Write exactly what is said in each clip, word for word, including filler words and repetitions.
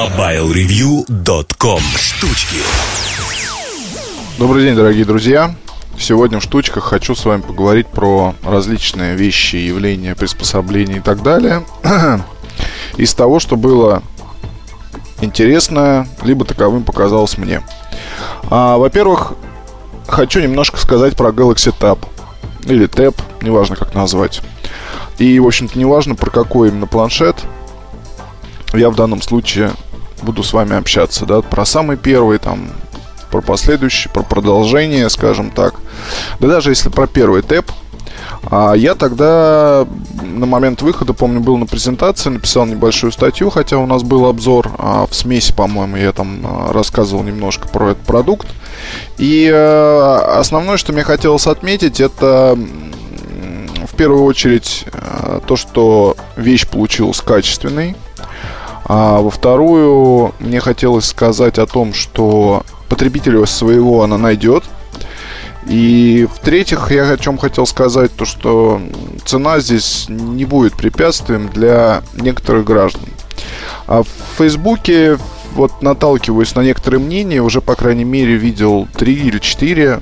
мобайл ревью точка ком. Штучки. Добрый день, дорогие друзья. Сегодня в штучках хочу с вами поговорить про различные вещи, явления, приспособления и так далее. Из того, что было интересно, либо таковым показалось мне. а, Во-первых, хочу немножко сказать про Galaxy Tab или Tab, неважно как назвать. И, в общем-то, неважно про какой именно планшет. Я в данном случае буду с вами общаться, да, про самый первый, там, про последующий, про продолжение, скажем так. Да даже если про первый Tab. А я тогда на момент выхода, помню, был на презентации, написал небольшую статью, хотя у нас был обзор а, в смеси, по-моему, я там а, рассказывал немножко про этот продукт. И а, основное, что мне хотелось отметить, это в первую очередь а, то, что вещь получилась качественной. А во вторую, мне хотелось сказать о том, что потребителя своего она найдет. И в-третьих, я о чем хотел сказать, то что цена здесь не будет препятствием для некоторых граждан. А в Фейсбуке, вот наталкиваясь на некоторые мнения, уже, по крайней мере, видел три или четыре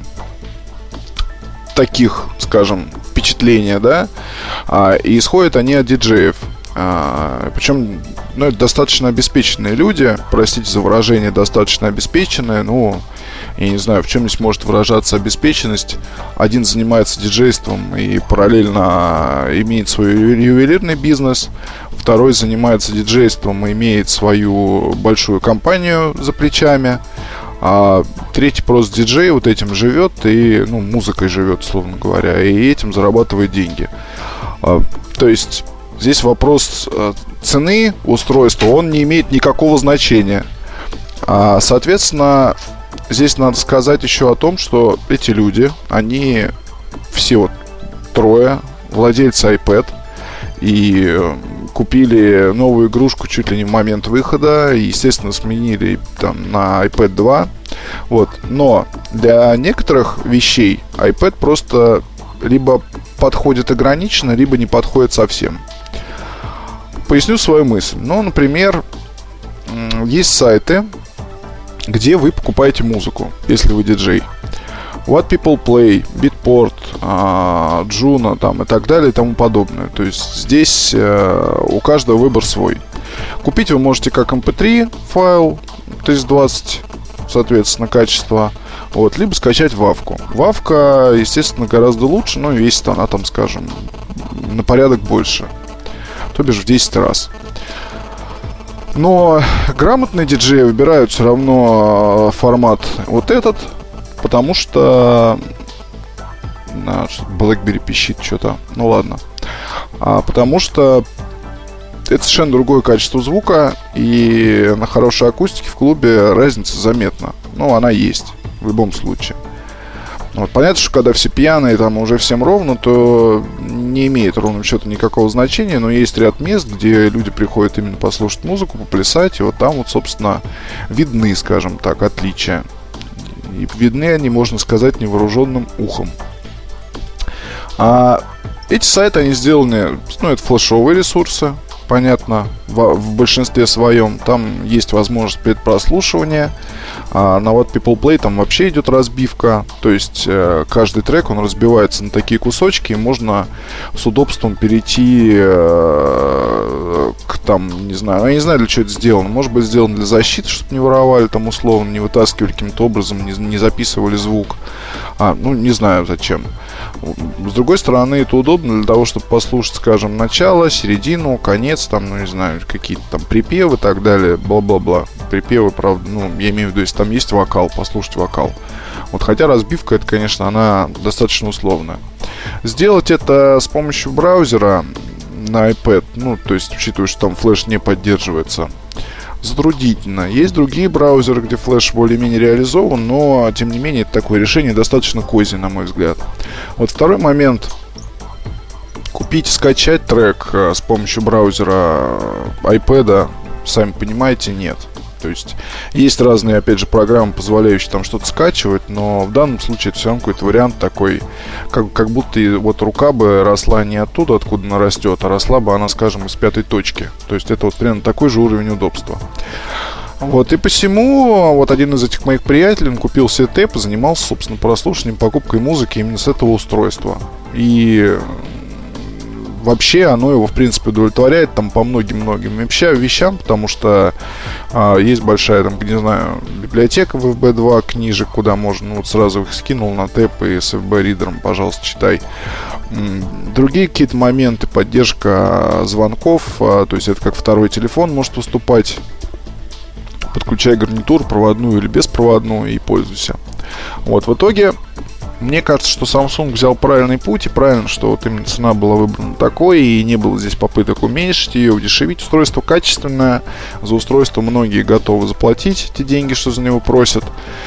таких, скажем, впечатления, да, а, и исходят они от диджеев. А, причем, ну, это достаточно обеспеченные люди, простите за выражение, достаточно обеспеченные, ну, я не знаю, в чем здесь может выражаться обеспеченность. Один занимается диджейством и параллельно имеет свой ювелирный бизнес. Второй занимается диджейством и имеет свою большую компанию за плечами. А третий просто диджей, вот этим живет и, ну, музыкой живет, условно говоря, и этим зарабатывает деньги. а, То есть здесь вопрос цены устройства, он не имеет никакого значения. а, Соответственно, здесь надо сказать еще о том, что эти люди, они все вот трое владельцы iPad и купили новую игрушку чуть ли не в момент выхода и, естественно, сменили там на iPad два. Вот. Но для некоторых вещей iPad просто либо подходит ограниченно, либо не подходит совсем. Поясню свою мысль. Ну, например, есть сайты, где вы покупаете музыку, если вы диджей. What People Play, Beatport, Juno там, и так далее и тому подобное. То есть здесь э, у каждого выбор свой. Купить вы можете как эм пи три файл тысяча двадцать, соответственно, качество, вот, либо скачать вавку. Вавка, естественно, гораздо лучше, но весит она там, скажем, на порядок больше, то бишь в десять раз. Но грамотные диджеи выбирают все равно формат вот этот, потому что... А, BlackBerry пищит что-то. Ну ладно. а, Потому что это совершенно другое качество звука, и на хорошей акустике в клубе разница заметна. Ну, она есть в любом случае. Вот. Понятно, что когда все пьяные, там уже всем ровно, то не имеет ровным счетом никакого значения, но есть ряд мест, где люди приходят именно послушать музыку, поплясать, и вот там вот, собственно, видны, скажем так, отличия. И видны они, можно сказать, невооруженным ухом. А эти сайты, они сделаны, ну, это флешовые ресурсы, понятно, в, в большинстве своем. Там есть возможность предпрослушивания. А на What People Play там вообще идет разбивка. То есть э, каждый трек, он разбивается на такие кусочки, и можно с удобством перейти э, к там, не знаю, я не знаю, для чего это сделано. Может быть, сделано для защиты, чтобы не воровали там условно, не вытаскивали каким-то образом, не, не записывали звук. а, Ну, не знаю зачем. С другой стороны, это удобно для того, чтобы послушать, скажем, начало, середину, конец, там, ну, не знаю, какие-то там припевы и так далее, бла-бла-бла. Припевы, правда, ну, я имею в виду, если там есть вокал, послушать вокал. Вот, хотя разбивка, это, конечно, она достаточно условная. Сделать это с помощью браузера на iPad, ну, то есть, учитывая, что там флеш не поддерживается, затруднительно. Есть другие браузеры, где флеш более-менее реализован, но, тем не менее, это такое решение достаточно козье, на мой взгляд. Вот второй момент. Купить, скачать трек с помощью браузера iPad, сами понимаете, нет. То есть есть разные, опять же, программы, позволяющие там что-то скачивать, но в данном случае это все равно какой-то вариант такой, как, как будто вот рука бы росла не оттуда, откуда она растет, а росла бы она, скажем, из пятой точки. То есть это вот примерно такой же уровень удобства. Вот, и посему вот один из этих моих приятелей, он купил себе тэп и занимался, собственно, прослушиванием, покупкой музыки именно с этого устройства. И вообще оно его, в принципе, удовлетворяет там по многим-многим вещам, потому что а, есть большая, там, не знаю, библиотека в эф би два книжек, куда можно, ну, вот сразу их скинул на тэп и с эф би-ридером, пожалуйста, читай. Другие какие-то моменты, поддержка звонков, а, то есть это как второй телефон может выступать. Подключай гарнитуру, проводную или беспроводную, и пользуйся. Вот, в итоге, мне кажется, что Samsung взял правильный путь, и правильно, что вот именно цена была выбрана такой, и не было здесь попыток уменьшить ее, удешевить. Устройство качественное, за устройство многие готовы заплатить те деньги, что за него просят.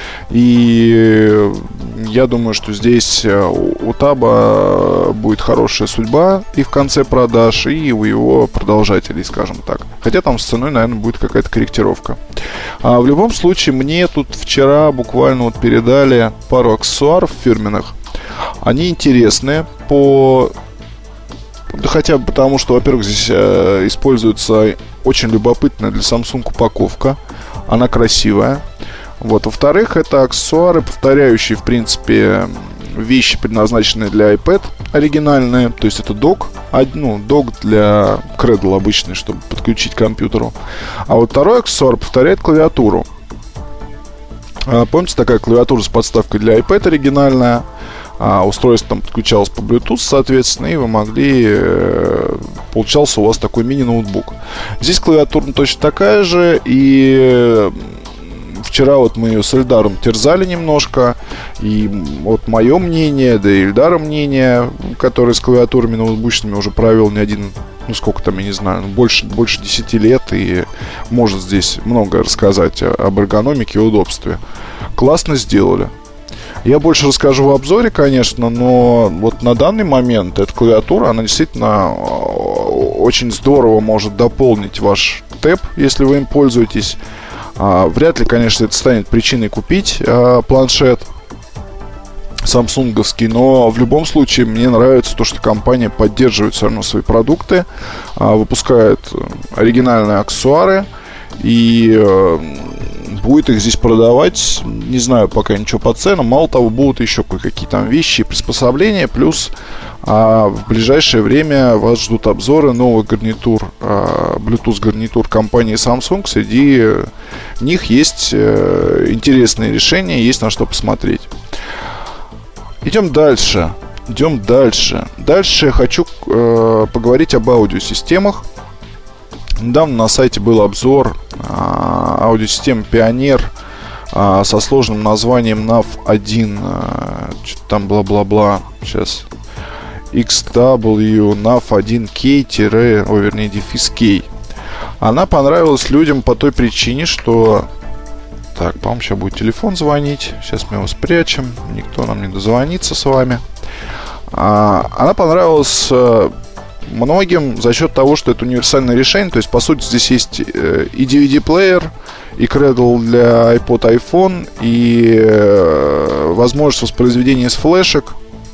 И я думаю, что здесь у Таба будет хорошая судьба и в конце продаж, и у его продолжателей, скажем так. Хотя там с ценой, наверное, будет какая-то корректировка. А в любом случае, мне тут вчера буквально вот передали пару аксессуаров фирменных. Они интересные по... Да хотя бы потому, что, во-первых, здесь э, используется очень любопытная для Samsung упаковка. Она красивая. Вот. Во-вторых, это аксессуары, повторяющие, в принципе, вещи, предназначенные для iPad, оригинальные. То есть это док, ну, док для Cradle обычный, чтобы подключить к компьютеру. А вот второй аксессуар повторяет клавиатуру. Помните, такая клавиатура с подставкой для iPad оригинальная. А устройство там подключалось по Bluetooth, соответственно, и вы могли... Э, получался у вас такой мини-ноутбук. Здесь клавиатура точно такая же, и... Вчера вот мы ее с Эльдаром терзали немножко. И вот мое мнение, да и Эльдара мнение, который с клавиатурами ноутбучными уже провел не один, ну сколько там, я не знаю, больше, больше десяти лет. И может здесь много рассказать об эргономике и удобстве. Классно сделали. Я больше расскажу в обзоре, конечно, но вот на данный момент эта клавиатура, она действительно очень здорово может дополнить ваш тэп, если вы им пользуетесь. А, вряд ли, конечно, это станет причиной купить а, планшет самсунговский, но в любом случае мне нравится то, что компания поддерживает все равно свои продукты, а, выпускает оригинальные аксессуары и а, будет их здесь продавать, не знаю пока ничего по ценам. Мало того, будут еще кое-какие там вещи и приспособления, плюс а в ближайшее время вас ждут обзоры новых гарнитур, а, Bluetooth гарнитур компании Samsung. Среди них есть э, интересные решения, есть на что посмотреть. Идем дальше. Идем дальше. Дальше я хочу э, поговорить об аудиосистемах. Недавно на сайте был обзор э, аудиосистемы Pioneer э, со сложным названием нав один. Э, что-то там бла-бла-бла. Сейчас... икс дабл ю нав один кей, о, вернее, дефис K. Она понравилась людям по той причине, что... Так, по-моему, сейчас будет телефон звонить. Сейчас мы его спрячем. Никто нам не дозвонится с вами. А, она понравилась э, многим за счет того, что это универсальное решение. То есть, по сути, здесь есть э, и ди ви ди-плеер, и Cradle для iPod, iPhone, и э, возможность воспроизведения с флешек.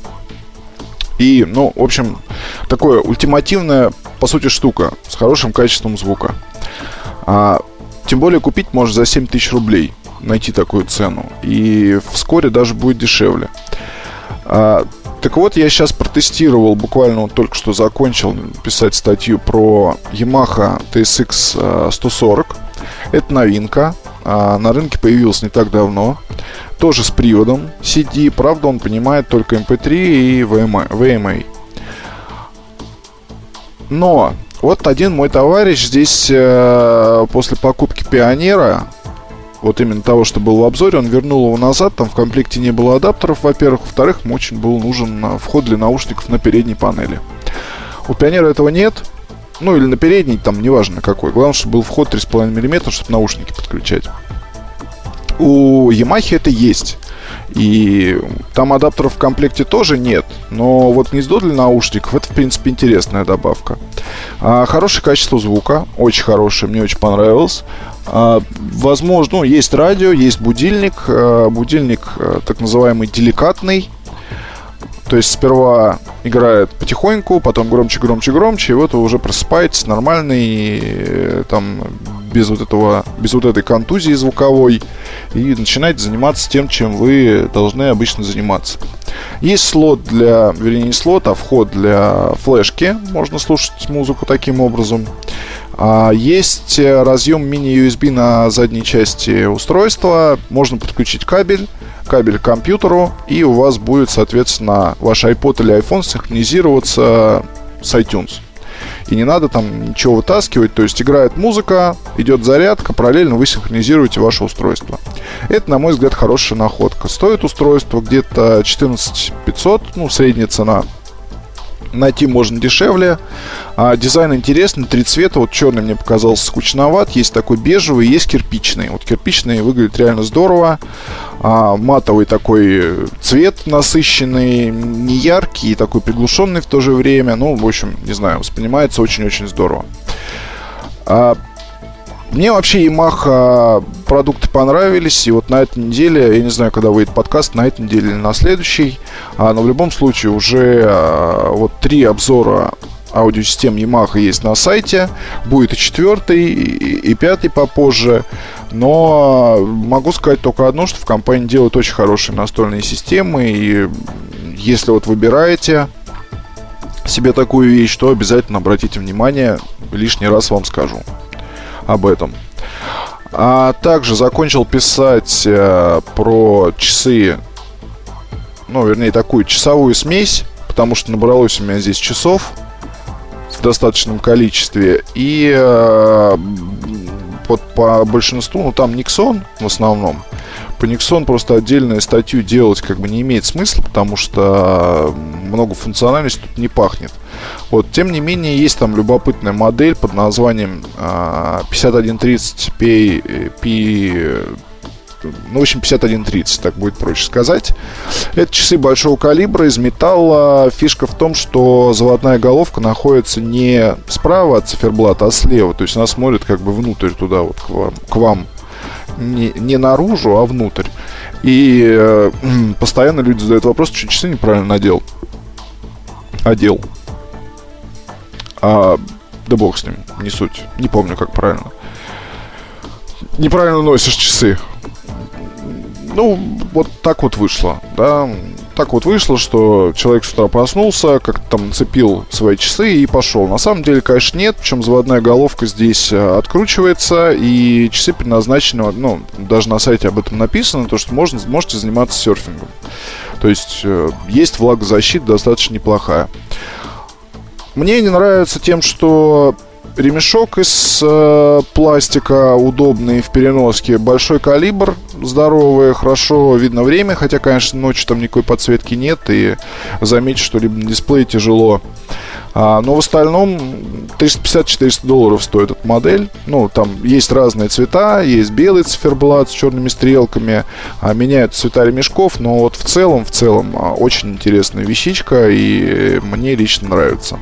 И, ну, в общем, такое ультимативная, по сути, штука с хорошим качеством звука. А, тем более купить можно за семь тысяч рублей. Найти такую цену. И вскоре даже будет дешевле. А, так вот, я сейчас протестировал, буквально вот только что закончил писать статью про Yamaha ти эс икс сто сорок. Это новинка. А, на рынке появился не так давно. Тоже с приводом си ди. Правда, он понимает только эм пи три и ви эм эй. Но вот один мой товарищ здесь э, после покупки Пионера, вот именно того, что был в обзоре, он вернул его назад. Там в комплекте не было адаптеров, во-первых. Во-вторых, ему очень был нужен вход для наушников на передней панели. У Пионера этого нет. Ну или на передней, там неважно какой. Главное, чтобы был вход три и пять миллиметра, чтобы наушники подключать. У Yamaha это есть. И там адаптеров в комплекте тоже нет. Но вот гнездо для наушников — это, в принципе, интересная добавка. а, Хорошее качество звука. Очень хорошее, мне очень понравилось. а, Возможно, ну, есть радио, есть будильник. а, Будильник а, так называемый деликатный. То есть сперва играет потихоньку, потом громче, громче, громче. И вот вы уже просыпаетесь нормальный, там, без вот этого, без вот этой контузии звуковой, и начинаете заниматься тем, чем вы должны обычно заниматься. Есть слот для, вернее, не слот, а вход для флешки. Можно слушать музыку таким образом. Есть разъем мини-ю эс би на задней части устройства. Можно подключить кабель, кабель к компьютеру, и у вас будет, соответственно, ваш iPod или iPhone синхронизироваться с iTunes. И не надо там ничего вытаскивать. То есть играет музыка, идет зарядка, параллельно вы синхронизируете ваше устройство. Это, на мой взгляд, хорошая находка. Стоит устройство где-то четырнадцать тысяч пятьсот, ну, средняя цена. Найти можно дешевле. а, Дизайн интересный, три цвета. Вот черный мне показался скучноват. Есть такой бежевый, есть кирпичный. Вот кирпичный выглядит реально здорово. а, Матовый такой цвет насыщенный, не яркий, такой приглушенный в то же время. Ну, в общем, не знаю, воспринимается очень-очень здорово. а, Мне вообще Yamaha продукты понравились. И вот на этой неделе, я не знаю, когда выйдет подкаст, на этой неделе или на следующей, а, но в любом случае уже а, вот три обзора аудиосистем Yamaha есть на сайте. Будет и четвертый, и, и пятый попозже. Но могу сказать только одно, что в компании делают очень хорошие настольные системы. И если вот выбираете себе такую вещь, то обязательно обратите внимание. Лишний раз вам скажу об этом. А также закончил писать э, про часы, ну, вернее, такую часовую смесь, потому что набралось у меня здесь часов в достаточном количестве. И э, вот по большинству, ну, там Nixon в основном. По Nixon просто отдельную статью делать как бы не имеет смысла, потому что многофункциональность тут не пахнет. Вот, тем не менее, есть там любопытная модель под названием э, пятьдесят один тридцать пи, P, ну, в общем, пятьдесят один тридцать, так будет проще сказать. Это часы большого калибра из металла. Фишка в том, что заводная головка находится не справа от циферблата, а слева. То есть она смотрит как бы внутрь туда, вот к вам, к вам. Не, не наружу, а внутрь. И э, постоянно люди задают вопрос, что часы неправильно надел. Одел. А, да бог с ним, не суть. Не помню, как правильно. Неправильно носишь часы. Ну, вот так вот вышло, да. Так вот вышло, что человек с утра проснулся, как-то там нацепил свои часы и пошел. На самом деле, конечно, нет. Причем заводная головка здесь откручивается, и часы предназначены, ну, даже на сайте об этом написано, то, что можно, можете заниматься серфингом. То есть, есть влагозащита достаточно неплохая. Мне не нравится тем, что ремешок из э, пластика удобный в переноске, большой калибр, здоровый, хорошо видно время, хотя, конечно, ночью там никакой подсветки нет, и заметить что-либо на дисплее тяжело. А, но в остальном триста пятьдесят - четыреста долларов стоит эта модель. Ну, там есть разные цвета, есть белый циферблат с черными стрелками, а, меняют цвета ремешков, но вот в целом, в целом, а, очень интересная вещичка, и мне лично нравится.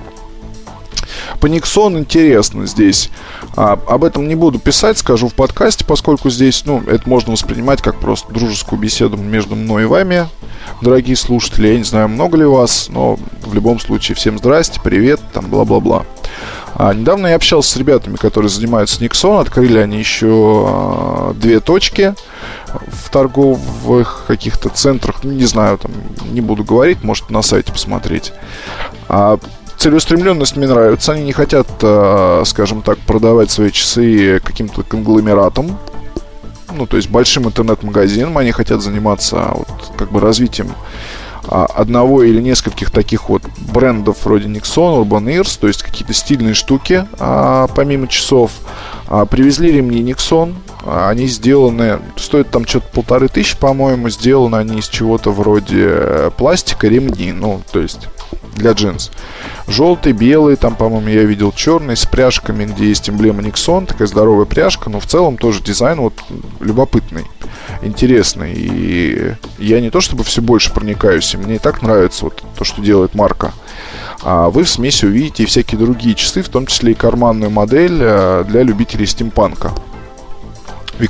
По Nixon интересно здесь. а, Об этом не буду писать, скажу в подкасте, поскольку здесь, ну, это можно воспринимать как просто дружескую беседу между мной и вами, дорогие слушатели. Я не знаю, много ли вас, но в любом случае всем здрасте, привет, там, бла-бла-бла. а, Недавно я общался с ребятами, которые занимаются Nixon. Открыли они еще а, две точки в торговых каких-то центрах. Не знаю, там, не буду говорить, может на сайте посмотреть. а, Целеустремленность мне нравится. Они не хотят, скажем так, продавать свои часы каким-то конгломератом, ну, то есть большим интернет-магазином. Они хотят заниматься вот, как бы развитием одного или нескольких таких вот брендов вроде Nixon, Urban Ears, то есть какие-то стильные штуки помимо часов. Привезли ремни Nixon. Они сделаны, стоят там что-то полторы тысячи, по-моему. Сделаны они из чего-то вроде пластика, ремни, ну, то есть для джинс. Желтый, белый, там, по-моему, я видел черный, с пряжками, где есть эмблема Nixon, такая здоровая пряжка, но в целом тоже дизайн вот любопытный, интересный. И я не то чтобы все больше проникаюсь, и мне и так нравится вот то, что делает марка. А вы в смеси увидите и всякие другие часы, в том числе и карманную модель для любителей стимпанка.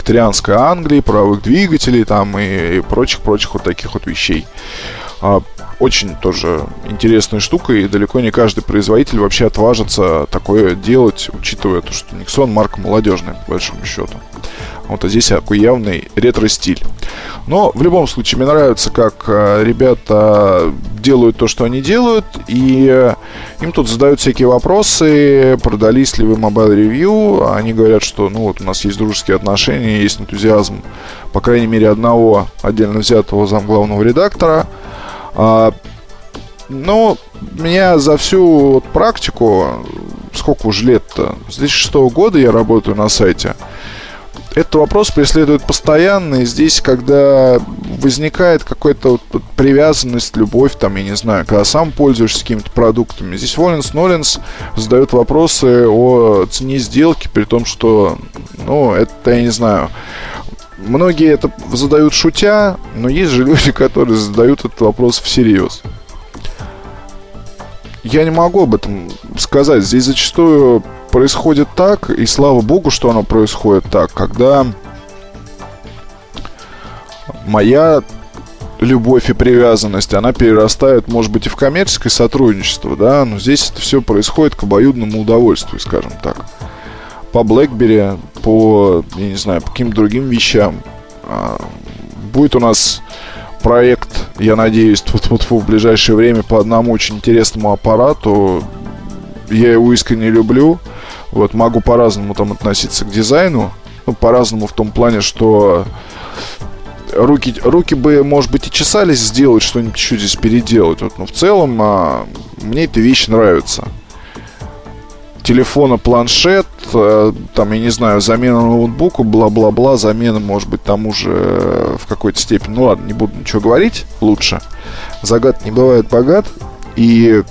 Викторианской Англии, паровых двигателей там и прочих-прочих вот таких вот вещей. очень тоже интересная штука, и далеко не каждый производитель вообще отважится такое делать, учитывая то, что Nixon марка молодежная, по большому счету. Вот, а здесь такой явный ретро-стиль. Но в любом случае мне нравится, как ребята делают то, что они делают, и им тут задают всякие вопросы, продались ли вы Mobile Review. Они говорят, что ну вот у нас есть дружеские отношения, есть энтузиазм, по крайней мере, одного отдельно взятого замглавного редактора. А, но меня за всю вот практику, сколько уже лет-то, с две тысячи шестого года я работаю на сайте. Этот вопрос преследует постоянно, и здесь, когда возникает какая-то вот привязанность, любовь, там, я не знаю, когда сам пользуешься какими-то продуктами, здесь Воленс-Ноленс задает вопросы о цене сделки, при том, что, ну, это, я не знаю, многие это задают шутя, но есть же люди, которые задают этот вопрос всерьез. Я не могу об этом сказать. Здесь зачастую происходит так, и слава богу, что оно происходит так, когда моя любовь и привязанность, она перерастает, может быть, и в коммерческое сотрудничество, да, но здесь это все происходит к обоюдному удовольствию, скажем так. По BlackBerry, по, я не знаю, по каким-то другим вещам. Будет у нас проект, я надеюсь, вот-вот в ближайшее время по одному очень интересному аппарату. Я его искренне люблю. Вот, могу по-разному там относиться к дизайну. Ну, по-разному в том плане, что руки, руки бы, может быть, и чесались сделать что-нибудь еще здесь переделать. Вот, но в целом а, мне эта вещь нравится. Телефона, планшет, э, там, я не знаю, замена ноутбуку, бла-бла-бла, замена, может быть, тому же э, в какой-то степени. Ну ладно, не буду ничего говорить, лучше. Загад не бывает богат. И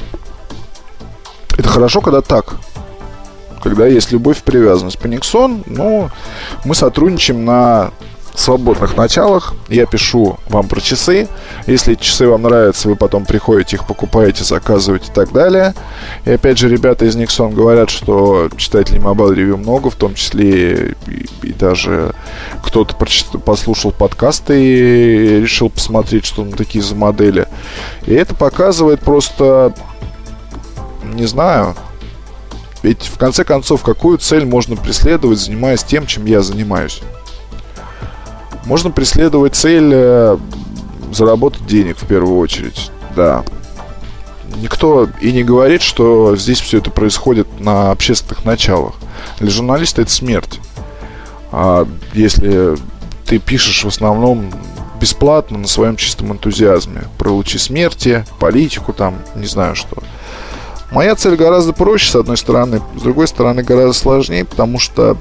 это хорошо, когда так. Когда есть любовь и привязанность. По Nixon, ну, мы сотрудничаем на свободных началах. Я пишу вам про часы. Если эти часы вам нравятся, вы потом приходите, их покупаете, заказываете и так далее. И опять же, ребята из Nixon говорят, что читателей Mobile Review много, в том числе и, и даже кто-то прочит, послушал подкасты и решил посмотреть, что там такие за модели. И это показывает просто, не знаю, ведь в конце концов, какую цель можно преследовать, занимаясь тем, чем я занимаюсь? Можно преследовать цель э, заработать денег в первую очередь, да. Никто и не говорит, что здесь все это происходит на общественных началах. Для журналиста это смерть. А если ты пишешь в основном бесплатно, на своем чистом энтузиазме, про лучи смерти, политику там, не знаю что. Моя цель гораздо проще, с одной стороны, с другой стороны гораздо сложнее, потому что,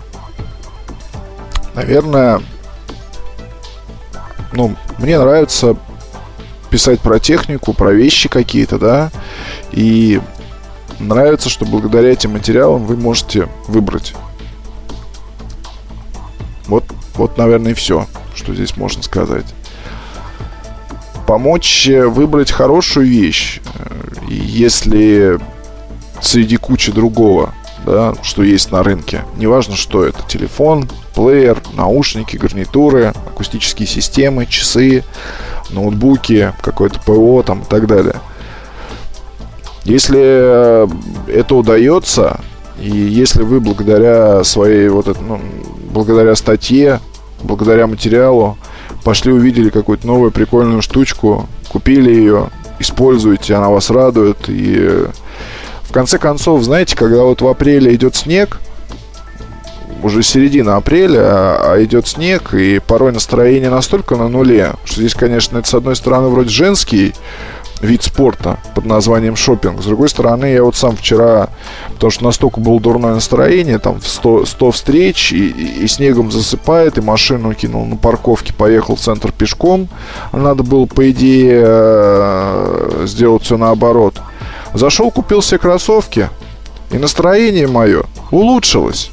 наверное, ну, мне нравится писать про технику, про вещи какие-то, да, и нравится, что благодаря этим материалам вы можете выбрать. Вот, вот, наверное, и все, что здесь можно сказать. Помочь выбрать хорошую вещь, если среди кучи другого, да, что есть на рынке, неважно, что это, телефон, плеер, наушники, гарнитуры, акустические системы, часы, ноутбуки, какое-то ПО там и так далее. Если это удается, и если вы благодаря своей вот это, ну, благодаря статье, благодаря материалу пошли, увидели какую-то новую прикольную штучку, купили ее, используете, она вас радует, и в конце концов, знаете, когда вот в апреле идет снег, уже середина апреля, а, а идет снег, и порой настроение настолько на нуле, что здесь, конечно, это, с одной стороны, вроде женский вид спорта под названием шопинг. С другой стороны, я вот сам вчера, потому что настолько было дурное настроение, там сто, сто встреч, и, и, и снегом засыпает, и машину кинул на парковке, поехал в центр пешком. Надо было, по идее, сделать все наоборот. Зашел, купил себе кроссовки, и настроение мое улучшилось.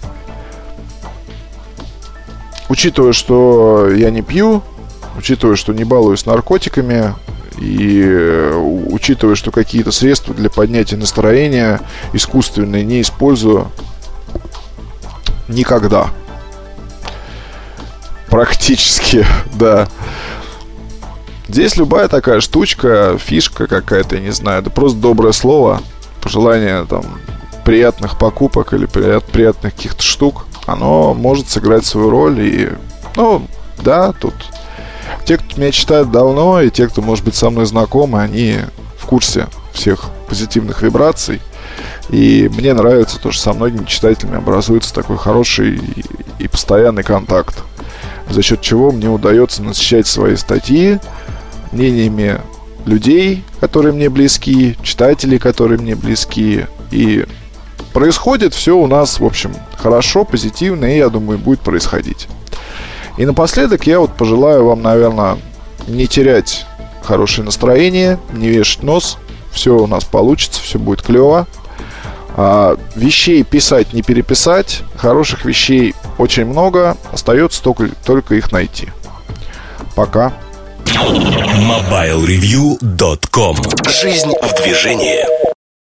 Учитывая, что я не пью, учитывая, что не балуюсь наркотиками, и учитывая, что какие-то средства для поднятия настроения искусственные не использую никогда. Практически, да. Здесь любая такая штучка, фишка какая-то, я не знаю, да просто доброе слово, пожелание там приятных покупок или приятных каких-то штук, оно может сыграть свою роль. И, ну, да, тут те, кто меня читает давно, и те, кто, может быть, со мной знакомы, они в курсе всех позитивных вибраций. И мне нравится то, что со многими читателями образуется такой хороший и постоянный контакт, за счет чего мне удается насыщать свои статьи мнениями людей, которые мне близки, читателей, которые мне близки. И происходит все у нас, в общем, хорошо, позитивно, и, я думаю, будет происходить. И напоследок я вот пожелаю вам, наверное, не терять хорошее настроение, не вешать нос. Все у нас получится, все будет клево. А, вещей писать, не переписать. Хороших вещей очень много. Остается только, только их найти. Пока. мобайл ревью точка ком. Жизнь в движении.